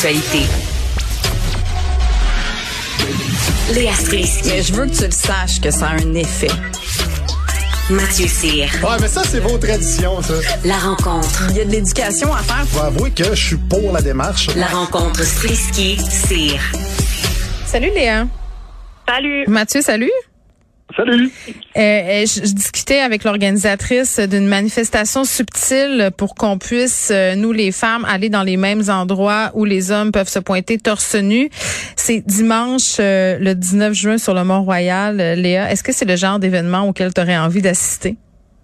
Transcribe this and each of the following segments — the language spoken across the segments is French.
l'actualité. Léa Strisky. Mais je veux que tu le saches que ça a un effet. Mathieu Cyr. Ouais, mais ça, c'est vos traditions, ça. La rencontre. Il y a de l'éducation à faire. Je vais avouer que je suis pour la démarche. La rencontre Strisky-Cyr. Salut Léa. Salut. Mathieu, salut. Salut. Je discutais avec l'organisatrice d'une manifestation subtile pour qu'on puisse, nous les femmes, aller dans les mêmes endroits où les hommes peuvent se pointer torse nu. C'est dimanche, le 19 juin, sur le Mont-Royal. Léa, est-ce que c'est le genre d'événement auquel tu aurais envie d'assister?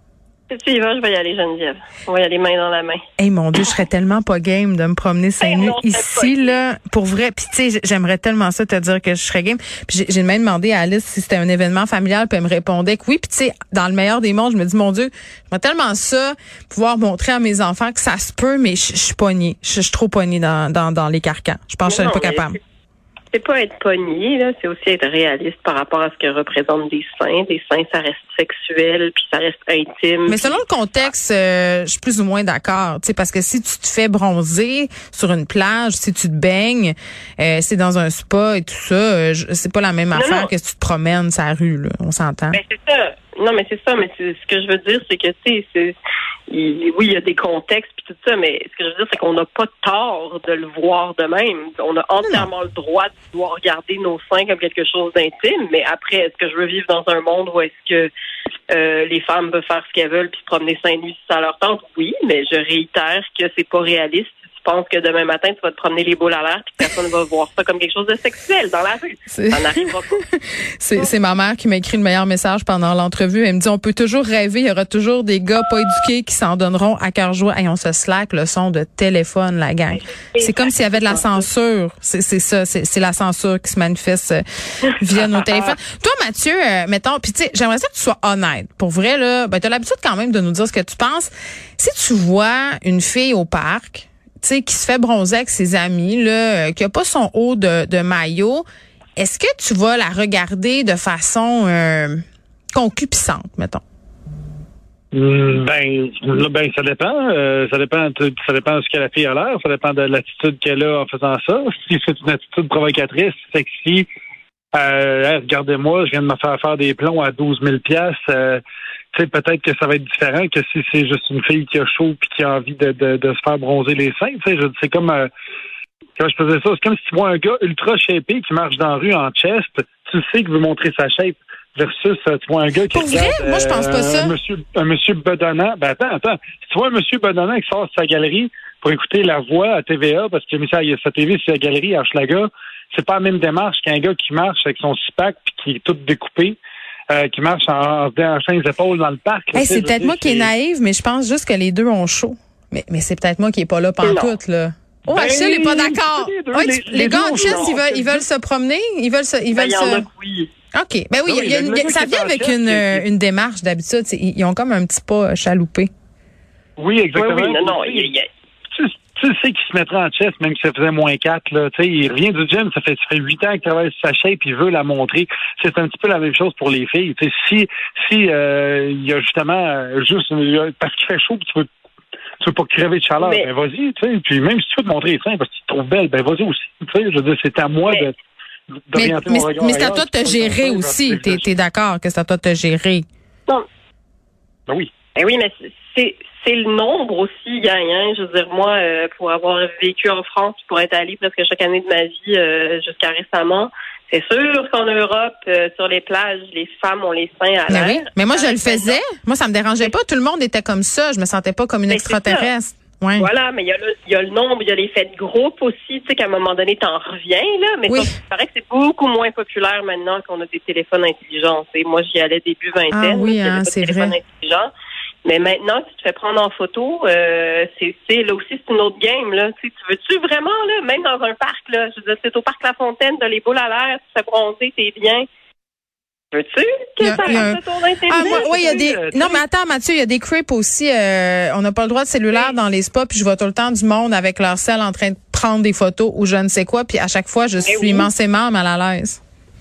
Si tu y vas, je vais y aller, Geneviève. On va y aller main dans la main. Hey, mon Dieu, je serais tellement pas game de me promener seins nus ici, là, pour vrai. Puis tu sais, j'aimerais tellement ça te dire que je serais game. Puis j'ai même demandé à Alice si c'était un événement familial, puis elle me répondait que oui. Puis tu sais, dans le meilleur des mondes, je me dis, mon Dieu, j'aimerais tellement ça, pouvoir montrer à mes enfants que ça se peut, mais je suis pognée. Je suis trop pognée dans les carcans. Je pense que je serais pas capable. C'est pas être pogné, là, c'est aussi être réaliste par rapport à ce que représentent des seins. Des seins, ça reste sexuel, puis ça reste intime. Mais selon le contexte, je suis plus ou moins d'accord, tu sais, parce que si tu te fais bronzer sur une plage, si tu te baignes, c'est dans un spa et tout ça, c'est pas la même affaire que si tu te promènes sur la rue, là, on s'entend. Ben, c'est ça. Non, mais c'est ça, mais ce que je veux dire, c'est que, tu sais, oui, il y a des contextes puis tout ça, mais ce que je veux dire, c'est qu'on n'a pas tort de le voir de même. On a entièrement le droit de pouvoir regarder nos seins comme quelque chose d'intime, mais après, est-ce que je veux vivre dans un monde où est-ce que les femmes peuvent faire ce qu'elles veulent puis se promener seins nus si ça leur tente? Oui, mais je réitère que c'est pas réaliste. Je pense que demain matin, tu vas te promener les boules à l'air puis personne ne va voir ça comme quelque chose de sexuel dans la rue. Ça n'arrivera pas. C'est ma mère qui m'a écrit le meilleur message pendant l'entrevue. Elle me dit, on peut toujours rêver, il y aura toujours des gars pas éduqués qui s'en donneront à cœur joie. Hey, on se slack le son de téléphone, la gang. C'est comme s'il y avait de la censure. C'est ça, c'est la censure qui se manifeste via nos téléphones. Toi, Mathieu, mettons, puis tu sais, j'aimerais ça que tu sois honnête. Pour vrai, là, ben, t'as l'habitude quand même de nous dire ce que tu penses. Si tu vois une fille au parc, tu sais, qui se fait bronzer avec ses amis, là, qui a pas son haut de maillot, est-ce que tu vas la regarder de façon concupiscente, mettons? Ben, ça dépend. Ça dépend de ce que la fille a l'air. Ça dépend de l'attitude qu'elle a en faisant ça. Si c'est une attitude provocatrice, sexy, hey, regardez-moi, je viens de me faire des plombs à 12 000 $. Tu sais, peut-être que ça va être différent que si c'est juste une fille qui a chaud puis qui a envie de se faire bronzer les seins. Tu sais, c'est comme quand je faisais ça, c'est comme si tu vois un gars ultra shapé qui marche dans la rue en chest, tu sais qu'il veut montrer sa shape. Versus, tu vois un gars qui regarde, moi, je pense pas ça. Un monsieur bedonnant. Ben, attends. Si tu vois un monsieur bedonnant qui sort de sa galerie pour écouter La Voix à TVA, parce qu'il a mis sa TV sur la galerie à Hochelaga, c'est pas la même démarche qu'un gars qui marche avec son six-pack puis qui est tout découpé. Qui marche en se déhanchant les épaules dans le parc. Hey, c'est peut-être moi qui est naïve, mais je pense juste que les deux ont chaud. Mais c'est peut-être moi qui est pas là pantoute, là. Oh, Achille est pas d'accord. Les gars en chest, ils veulent se promener, ils veulent se. Oui. OK. Ben oui, ça vient avec une démarche d'habitude. Ils ont comme un petit pas chaloupé. Oui, exactement. Oui, non, tu sais qu'il se mettrait en chest, même si ça faisait -4, là. Tu sais, il revient du gym, ça fait 8 ans qu'il travaille sur sa shape, il veut la montrer. C'est un petit peu la même chose pour les filles. Tu sais, si il y a justement juste parce qu'il fait chaud, puis tu veux pas crever de chaleur, ben vas-y, tu sais. Puis même si tu veux te montrer les seins parce que tu te trouves belle, ben vas-y aussi. Tu sais, je veux dire, c'est à moi d'orienter mon regard. Mais c'est à toi de te gérer aussi. T'es d'accord que c'est à toi de te gérer? Non. Ben oui. Ben oui, mais c'est le nombre aussi gagnant. Je veux dire, moi, pour avoir vécu en France, pour être allée presque chaque année de ma vie jusqu'à récemment, c'est sûr qu'en Europe, sur les plages, les femmes ont les seins à l'air. Oui. Mais moi, je le faisais. Moi, ça me dérangeait pas. Tout le monde était comme ça. Je me sentais pas comme une extraterrestre. Ouais. Voilà, mais il y a le nombre, il y a l'effet de groupe aussi, tu sais, qu'à un moment donné, t'en reviens, là. Mais il paraît que c'est beaucoup moins populaire maintenant qu'on a des téléphones intelligents. T'sais. Moi, j'y allais début vingtaine. Ah oui, c'est vrai. Mais maintenant, tu te fais prendre en photo, c'est là aussi, c'est une autre game, là. Tu veux-tu vraiment, là, même dans un parc, là, je veux dire, c'est au parc La Fontaine, t'as les boules à l'air, tu te fais bronzer, t'es bien. Veux-tu que ça reste autour d'Internet? Oui, il y a des. Non, mais attends, Mathieu, il y a des creeps aussi. On n'a pas le droit de cellulaire dans les spas, puis je vois tout le temps du monde avec leur sel en train de prendre des photos ou je ne sais quoi, puis à chaque fois, je suis immensément mal à l'aise.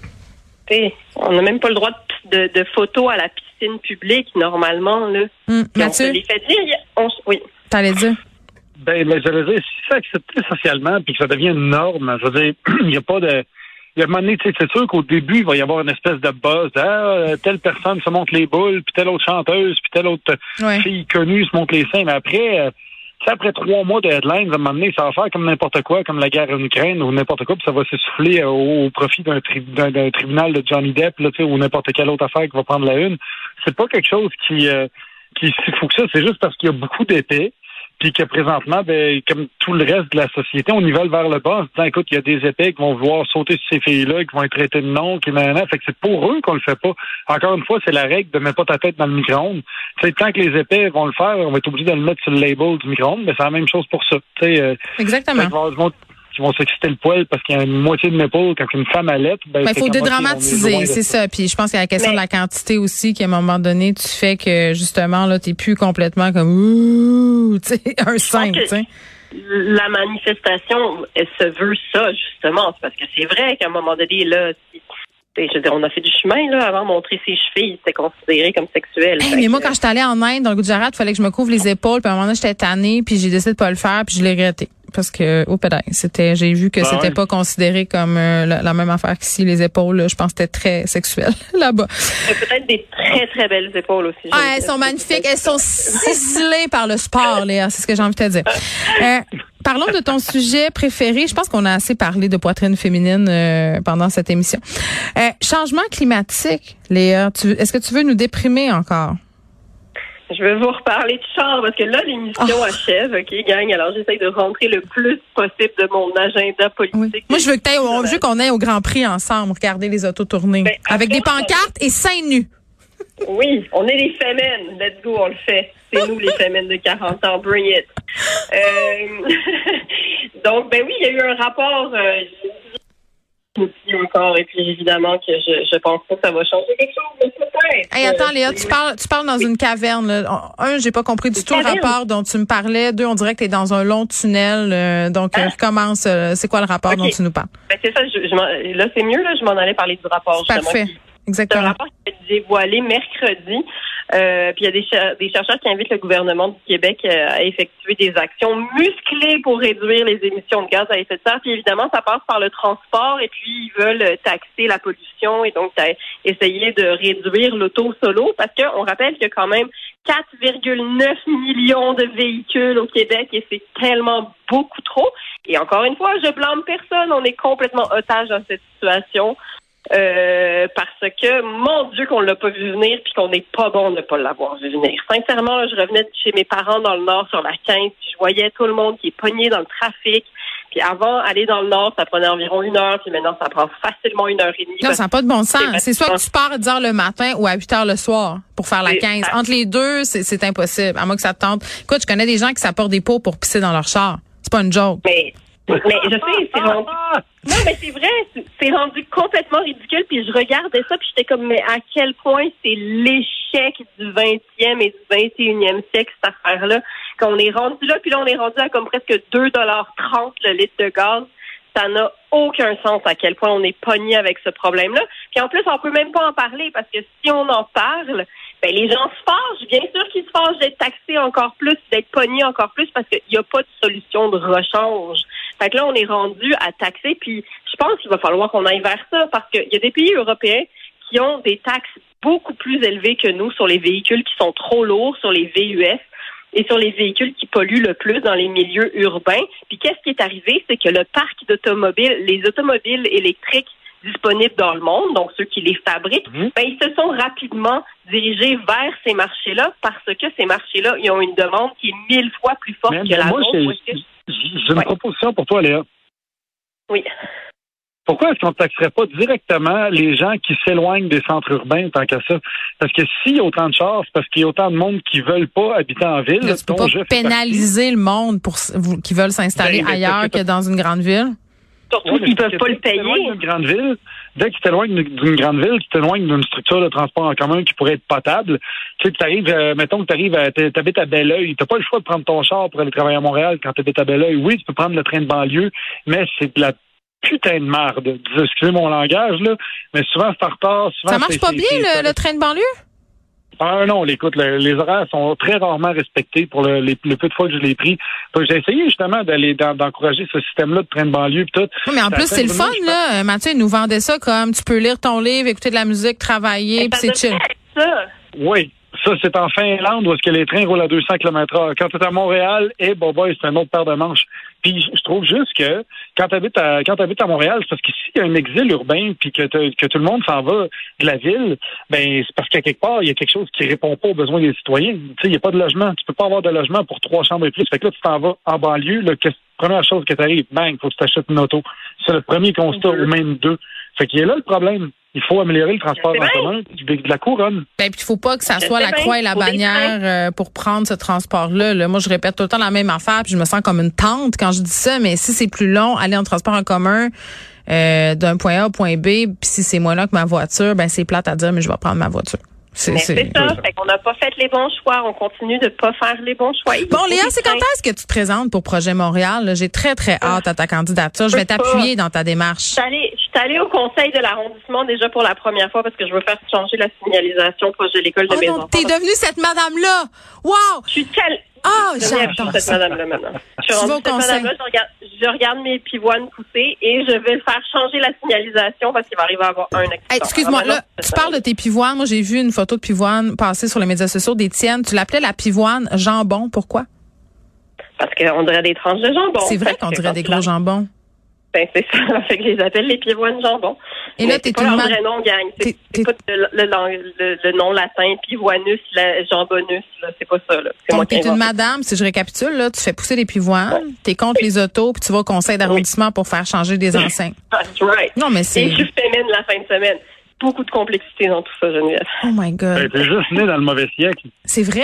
On n'a même pas le droit de photos à la piscine publique, normalement, là. Mathieu? On se les fait dire. Oui. T'allais dire? je veux dire, si c'est accepté socialement puis que ça devient une norme, je veux dire, il n'y a pas de... Il y a un moment donné, c'est sûr qu'au début, il va y avoir une espèce de buzz. Telle personne se montre les boules, puis telle autre chanteuse, puis telle autre fille connue se montre les seins. Mais après 3 mois de headlines, à un moment donné, ça va faire comme n'importe quoi, comme la guerre en Ukraine ou n'importe quoi, puis ça va s'essouffler au profit d'un tribunal de Johnny Depp, là, ou n'importe quelle autre affaire qui va prendre la une. C'est pas quelque chose qui s'y fout que ça. C'est juste parce qu'il y a beaucoup d'épais. Puis que présentement, comme tout le reste de la société, on nivelle vers le bas en se disant, écoute, il y a des épais qui vont vouloir sauter sur ces filles-là, qui vont être traitées de non, fait que c'est pour eux qu'on le fait pas. Encore une fois, c'est la règle de mettre pas ta tête dans le micro-ondes. Tu sais, tant que les épais vont le faire, on va être obligé de le mettre sur le label du micro-ondes, mais c'est la même chose pour ça. Exactement. Qui vont s'exciter le poil parce qu'il y a une moitié de l'épaule quand une femme allait. Il faut dédramatiser, c'est ça. Puis je pense qu'il y a la question de la quantité aussi, qu'à un moment donné, tu fais que justement, là, t'es plus complètement comme ouh, tu sais, un sein, tu sais. La manifestation, elle se veut ça, justement. C'est parce que c'est vrai qu'à un moment donné, là, je veux dire, on a fait du chemin, là, avant de montrer ses chevilles, c'était considéré comme sexuel. Mais moi, quand j'étais allée en Inde, dans le Gujarat, il fallait que je me couvre les épaules, puis à un moment donné, j'étais tannée, puis j'ai décidé de pas le faire, puis je l'ai regretté. Parce que, j'ai vu que c'était pas considéré comme la même affaire qu'ici, les épaules, là, je pense que c'était très sexuel, là-bas. Il y a peut-être des très, très belles épaules aussi. Elles sont magnifiques, elles sont ciselées par le sport, Léa, c'est ce que j'ai envie de te dire. Parlons de ton sujet préféré. Je pense qu'on a assez parlé de poitrine féminine pendant cette émission. Changement climatique, Léa, est-ce que tu veux nous déprimer encore? Je vais vous reparler de char parce que là, l'émission achève, OK, gang? Alors, j'essaie de rentrer le plus possible de mon agenda politique. Oui. Moi, je veux qu'on aille au Grand Prix ensemble, regarder les autos tourner. Avec des pancartes et seins nus. Oui, on est les femmes. Let's go, on le fait. C'est nous, les femmes de 40 ans. Bring it. Donc, oui, il y a eu un rapport... encore, et puis évidemment que je pense pas que ça va changer quelque chose, mais peut-être. Hey, attends, Léa, tu parles dans une caverne, là. Un, j'ai pas compris du tout le rapport dont tu me parlais. Deux, on dirait que t'es dans un long tunnel. Donc, recommence. C'est quoi le rapport dont tu nous parles? C'est ça, là, c'est mieux, là, je m'en allais parler du rapport. Parfait. Exactement. C'est un rapport qui a été dévoilé mercredi. Puis il y a des chercheurs qui invitent le gouvernement du Québec à effectuer des actions musclées pour réduire les émissions de gaz à effet de serre. Puis évidemment, ça passe par le transport et puis ils veulent taxer la pollution et donc essayer de réduire l'auto solo parce qu'on rappelle qu'il y a quand même 4,9 millions de véhicules au Québec et c'est tellement beaucoup trop. Et encore une fois, je blâme personne. On est complètement otage dans cette situation. Parce que, mon Dieu, qu'on l'a pas vu venir puis qu'on n'est pas bon de ne pas l'avoir vu venir. Sincèrement, là, je revenais de chez mes parents dans le Nord sur la 15 puis je voyais tout le monde qui est pogné dans le trafic. Puis avant, aller dans le Nord, ça prenait environ 1 heure puis maintenant, ça prend facilement 1h30. Non, ça n'a pas de bon sens. C'est soit que tu pars à 10 heures le matin ou à 8 heures le soir pour faire la 15. Entre les deux, c'est impossible. À moins que ça te tente. Écoute, je connais des gens qui s'apportent des pots pour pisser dans leur char. C'est pas une joke. Mais je sais, c'est rendu... Non, mais c'est vrai, c'est rendu complètement ridicule. Puis je regardais ça, puis j'étais comme, mais à quel point c'est l'échec du 20e et du 21e siècle, cette affaire-là, qu'on est rendu là, puis là, on est rendu à comme presque 2,30 $ le litre de gaz. Ça n'a aucun sens à quel point on est pogné avec ce problème-là. Puis en plus, on peut même pas en parler, parce que si on en parle... les gens se fâchent. Bien sûr qu'ils se fâchent d'être taxés encore plus, d'être pognés encore plus parce qu'il n'y a pas de solution de rechange. Fait que là, on est rendu à taxer. Puis, je pense qu'il va falloir qu'on aille vers ça parce qu'il y a des pays européens qui ont des taxes beaucoup plus élevées que nous sur les véhicules qui sont trop lourds, sur les VUS et sur les véhicules qui polluent le plus dans les milieux urbains. Puis, qu'est-ce qui est arrivé? C'est que le parc d'automobiles, les automobiles électriques disponibles dans le monde, donc ceux qui les fabriquent, ils se sont rapidement dirigés vers ces marchés-là parce que ces marchés-là, ils ont une demande qui est 1000 fois plus forte que la nôtre. J'ai une proposition pour toi, Léa. Oui. Pourquoi est-ce qu'on ne taxerait pas directement les gens qui s'éloignent des centres urbains tant qu'à ça? Parce que s'il y a autant de chars, c'est parce qu'il y a autant de monde qui ne veulent pas habiter en ville. Là, tu peux pas pénaliser le monde qui veulent s'installer ailleurs que dans une grande ville? Surtout s'ils ne peuvent pas le payer. Dès que tu t'éloignes d'une grande ville, tu t'éloignes d'une structure de transport en commun qui pourrait être potable. Tu sais, mettons que tu habites à Belleuil, tu n'as pas le choix de prendre ton char pour aller travailler à Montréal quand tu habites à Belleuil. Oui, tu peux prendre le train de banlieue, mais c'est de la putain de marde. Excusez mon langage, là, mais souvent c'est en retard. Souvent, ça marche pas bien, le train de banlieue? Ah non, écoute, les horaires sont très rarement respectés pour le peu de fois que je l'ai pris. Donc, j'ai essayé justement d'encourager ce système-là de train de banlieue et tout. Oui, mais en plus, c'est le fun, là. Mathieu, il nous vendait ça comme tu peux lire ton livre, écouter de la musique, travailler, puis c'est chill. Ça. Oui. Ça, c'est en Finlande où est-ce que les trains roulent à 200 km/h. Quand tu es à Montréal, c'est un autre paire de manches. Puis je trouve juste que quand tu habites à Montréal, c'est parce qu'ici, il y a un exil urbain puis que tout le monde s'en va de la ville, ben c'est parce qu'à quelque part, il y a quelque chose qui répond pas aux besoins des citoyens. Tu sais, il n'y a pas de logement. Tu peux pas avoir de logement pour 3 chambres et plus. Fait que là, tu t'en vas en banlieue, là, première chose que t'arrives, bang, faut que tu t'achètes une auto. C'est le premier constat, ou même 2. Fait qu'il y a là le problème. Il faut améliorer le transport en commun de la couronne. Ben, puis il faut pas que ça soit la croix et la bannière pour prendre ce transport-là. Là. Moi, je répète tout le temps la même affaire, puis je me sens comme une tante quand je dis ça, mais si c'est plus long, aller en transport en commun d'un point A au point B, puis si c'est moins long que ma voiture, ben c'est plate à dire, mais je vais prendre ma voiture. C'est ça. Fait qu'on n'a pas fait les bons choix. On continue de pas faire les bons choix. Bon, Léa, c'est quand est-ce que tu te présentes pour Projet Montréal? Là? J'ai très, très hâte à ta candidature. Je vais t'appuyer dans ta démarche. Je suis allée au conseil de l'arrondissement déjà pour la première fois parce que je veux faire changer la signalisation projet de l'école de mes enfants. T'es devenue cette madame-là! Wow! Je suis telle... j'adore cette madame-là maintenant. Je suis rendue cette madame-là, je regarde mes pivoines pousser et je vais faire changer la signalisation parce qu'il va arriver à avoir un accident. Hey, excuse-moi, là, tu parles de tes pivoines. Moi, j'ai vu une photo de pivoine passer sur les médias sociaux des tiennes. Tu l'appelais la pivoine jambon. Pourquoi? Parce qu'on dirait des tranches de jambon. C'est vrai qu'on dirait des gros jambons. Ben, c'est ça. Fait que je les appelle les pivoines jambon. Et là, t'es pas leur vrai nom, gang. C'est pas le nom latin, pivoinus, jambonus, là. C'est pas ça, là. Donc, t'es une madame, si je récapitule, là, tu fais pousser des pivoines, t'es contre les autos, puis tu vas au conseil d'arrondissement pour faire changer des enseignes. That's right. Non, mais c'est... Et je fémine la fin de semaine. Beaucoup de complexité dans tout ça, Geneviève. Oh my God. T'es juste né dans le mauvais siècle. C'est vrai.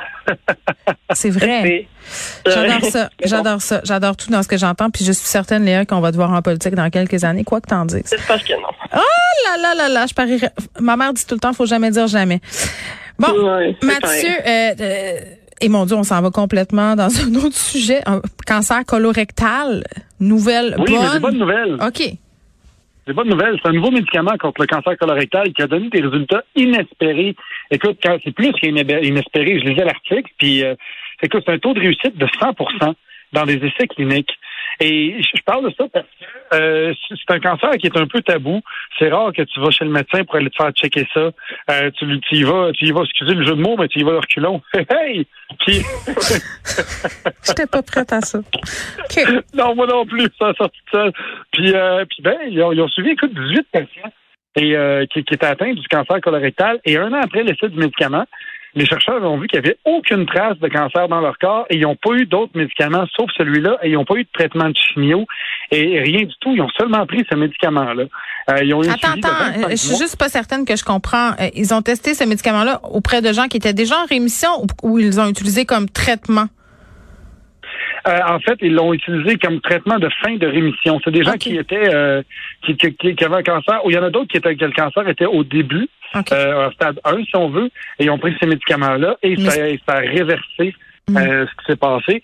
C'est vrai. J'adore ça. J'adore tout dans ce que j'entends. Puis je suis certaine, Léa, qu'on va te voir en politique dans quelques années, quoi que t'en dises. J'espère que non. Oh là, je parierais. Ma mère dit tout le temps, faut jamais dire jamais. Bon, ouais, Mathieu, et mon Dieu, on s'en va complètement dans un autre sujet. Un cancer colorectal, nouvelle bonne. Oui, mais des bonnes nouvelles. OK. C'est bonne nouvelle. C'est un nouveau médicament contre le cancer colorectal qui a donné des résultats inespérés. Écoute, c'est plus qu'inespéré. Je lisais l'article, puis écoute, c'est un taux de réussite de 100% dans des essais cliniques. Et je parle de ça parce que c'est un cancer qui est un peu tabou. C'est rare que tu vas chez le médecin pour aller te faire checker ça. Tu y vas, excusez le jeu de mots, mais tu y vas reculons. Hey! Puis... J'étais pas prête à ça. Okay. Non, moi non plus, ça a sorti de ça. Puis ils ont suivi, écoute, 18 patients qui étaient atteints du cancer colorectal. Et 1 an après l'essai du médicament, les chercheurs ont vu qu'il n'y avait aucune trace de cancer dans leur corps et ils n'ont pas eu d'autres médicaments sauf celui-là et ils n'ont pas eu de traitement de chimio et rien du tout. Ils ont seulement pris ce médicament-là. Ils ont eu Attends, je suis juste pas certaine que je comprends. Ils ont testé ce médicament-là auprès de gens qui étaient déjà en rémission ou ils l'ont utilisé comme traitement? En fait, ils l'ont utilisé comme traitement de fin de rémission. C'est des gens qui étaient qui avaient un cancer, ou il y en a d'autres que le cancer était au début, stade 1 si on veut, et ils ont pris ces médicaments-là et ça a réversé ce qui s'est passé.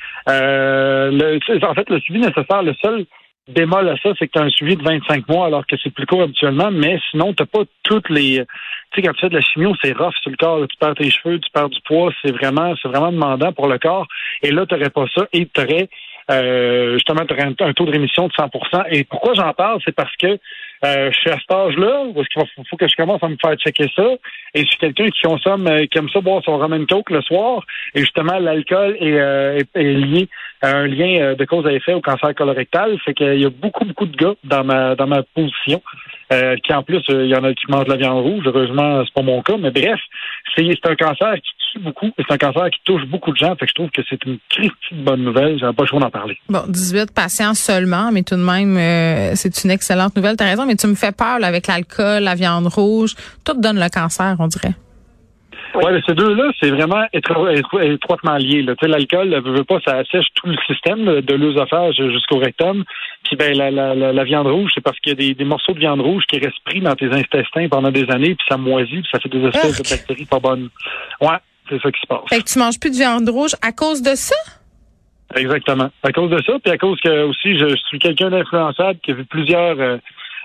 En fait, le suivi nécessaire, le seul bémol à ça, c'est que tu as un suivi de 25 mois alors que c'est plus court habituellement, mais sinon, tu n'as pas toutes les... Tu sais, quand tu fais de la chimio, c'est rough sur le corps. Là, tu perds tes cheveux, tu perds du poids. C'est vraiment demandant pour le corps. Et là, tu n'aurais pas ça et tu aurais justement un taux de rémission de 100%. Et pourquoi j'en parle? C'est parce que je suis à cet âge-là où il faut que je commence à me faire checker ça. Et je suis quelqu'un qui aime ça boire son rum and coke le soir. Et justement, l'alcool est lié à un lien de cause à effet au cancer colorectal. Fait qu'il y a beaucoup de gars dans ma position. Qui en plus, il y en a qui mangent de la viande rouge. Heureusement, c'est pas mon cas. Mais bref, c'est un cancer qui tue beaucoup. Et c'est un cancer qui touche beaucoup de gens. Fait que je trouve que c'est une critique bonne nouvelle. J'avais pas le choix d'en parler. Bon, 18 patients seulement, mais tout de même, c'est une excellente nouvelle. T'as raison, mais tu me fais peur là, avec l'alcool, la viande rouge. Tout donne le cancer, on dirait. Oui, mais ces deux-là, c'est vraiment étroitement lié. Tu sais, l'alcool, veut pas, ça assèche tout le système de l'œsophage jusqu'au rectum. Puis ben la viande rouge, c'est parce qu'il y a des morceaux de viande rouge qui restent pris dans tes intestins pendant des années, puis ça moisit, puis ça fait des espèces de bactéries pas bonnes. Ouais, c'est ça qui se passe. Fait que tu manges plus de viande rouge à cause de ça? Exactement. À cause de ça, puis à cause que aussi je suis quelqu'un d'influençable qui a vu plusieurs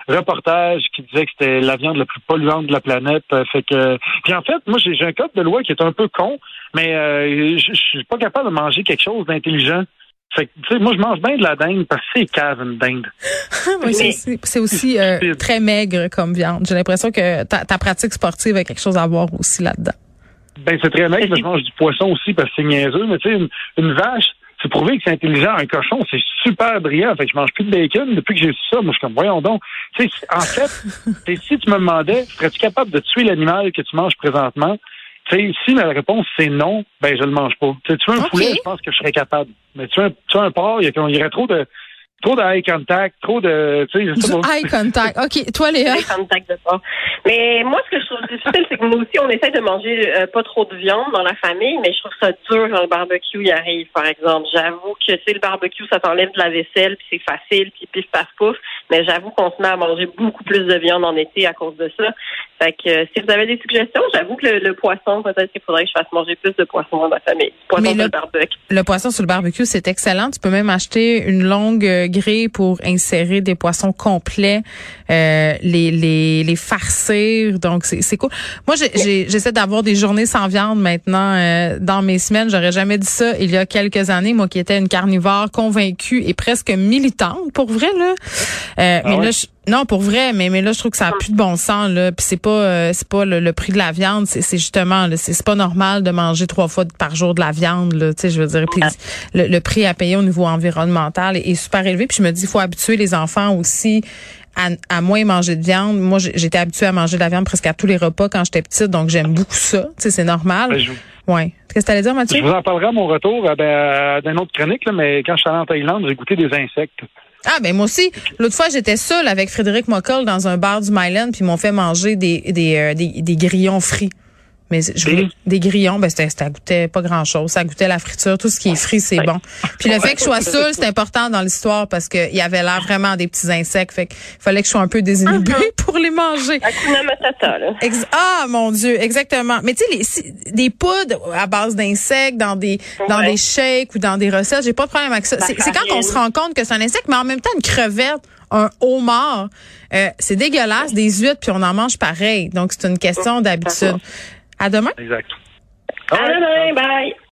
reportage qui disait que c'était la viande la plus polluante de la planète. Puis en fait, moi, j'ai un code de loi qui est un peu con, mais je suis pas capable de manger quelque chose d'intelligent. Fait que, tu sais, moi, je mange bien de la dinde parce que c'est cave, une dinde. Oui, c'est aussi très maigre comme viande. J'ai l'impression que ta pratique sportive a quelque chose à voir aussi là-dedans. Ben, c'est très maigre, mais je mange du poisson aussi parce que c'est niaiseux. Mais tu sais, une vache, c'est prouvé que c'est intelligent. Un cochon, c'est super brillant. Fait que je mange plus de bacon. Depuis que j'ai su ça, moi, je suis comme, voyons donc. Tu sais, en fait, si tu me demandais, serais-tu capable de tuer l'animal que tu manges présentement? Tu sais, si la réponse c'est non, ben je le mange pas. Tu veux un poulet, je pense que je serais capable. Mais tu veux un porc, il y aurait trop de eye contact, trop de, tu sais, je sais pas. Eye contact. OK. Toi, Léa? Eye contact de porc. Mais moi, ce que je trouve difficile, c'est que nous aussi, on essaie de manger pas trop de viande dans la famille, mais je trouve ça dur quand le barbecue y arrive, par exemple. J'avoue que, le barbecue, ça t'enlève de la vaisselle, puis c'est facile, puis pif, paf, pouf. Mais j'avoue qu'on se met à manger beaucoup plus de viande en été à cause de ça. Fait que si vous avez des suggestions, j'avoue que le poisson, peut-être qu'il faudrait que je fasse manger plus de poisson dans ma famille. Poisson sur le barbecue. Le poisson sur le barbecue, c'est excellent. Tu peux même acheter une longue grille pour insérer des poissons complets, les farcir. Donc, c'est cool. Moi, j'essaie d'avoir des journées sans viande maintenant dans mes semaines. J'aurais jamais dit ça il y a quelques années. Moi qui étais une carnivore convaincue et presque militante, pour vrai, là. Mais là, non, pour vrai, mais là, je trouve que ça a plus de bon sens, là. Puis c'est pas le prix de la viande, c'est justement, là, c'est pas normal de manger 3 fois par jour de la viande, là. Tu sais, je veux dire, puis le prix à payer au niveau environnemental est super élevé. Puis je me dis, il faut habituer les enfants aussi à moins manger de viande. Moi, j'étais habituée à manger de la viande presque à tous les repas quand j'étais petite, donc j'aime beaucoup ça. Tu sais, c'est normal. Ouais. Qu'est-ce que t'allais dire, Mathieu? Je vous en parlerai à mon retour d'une autre chronique, là, mais quand je suis allé en Thaïlande, j'ai goûté des insectes. Ah, ben moi aussi. L'autre fois, j'étais seule avec Frédéric Moccol dans un bar du Myland, puis ils m'ont fait manger des grillons frits. Mais des grillons, ben ça goûtait pas grand-chose. Ça goûtait la friture. Tout ce qui est frit, c'est bon. Puis le fait que je sois seule, c'est important dans l'histoire parce qu'il y avait l'air vraiment des petits insectes. Fait qu'il fallait que je sois un peu désinhibée pour les manger. Hakuna Matata, là. Ah, mon Dieu, exactement. Mais tu sais, des poudres à base d'insectes dans des shakes ou dans des recettes, j'ai pas de problème avec ça. C'est quand on se rend compte que c'est un insecte, mais en même temps, une crevette, un homard, c'est dégueulasse, des huîtres, puis on en mange pareil. Donc, c'est une question d'habitude. À demain. Exact. À demain, bye.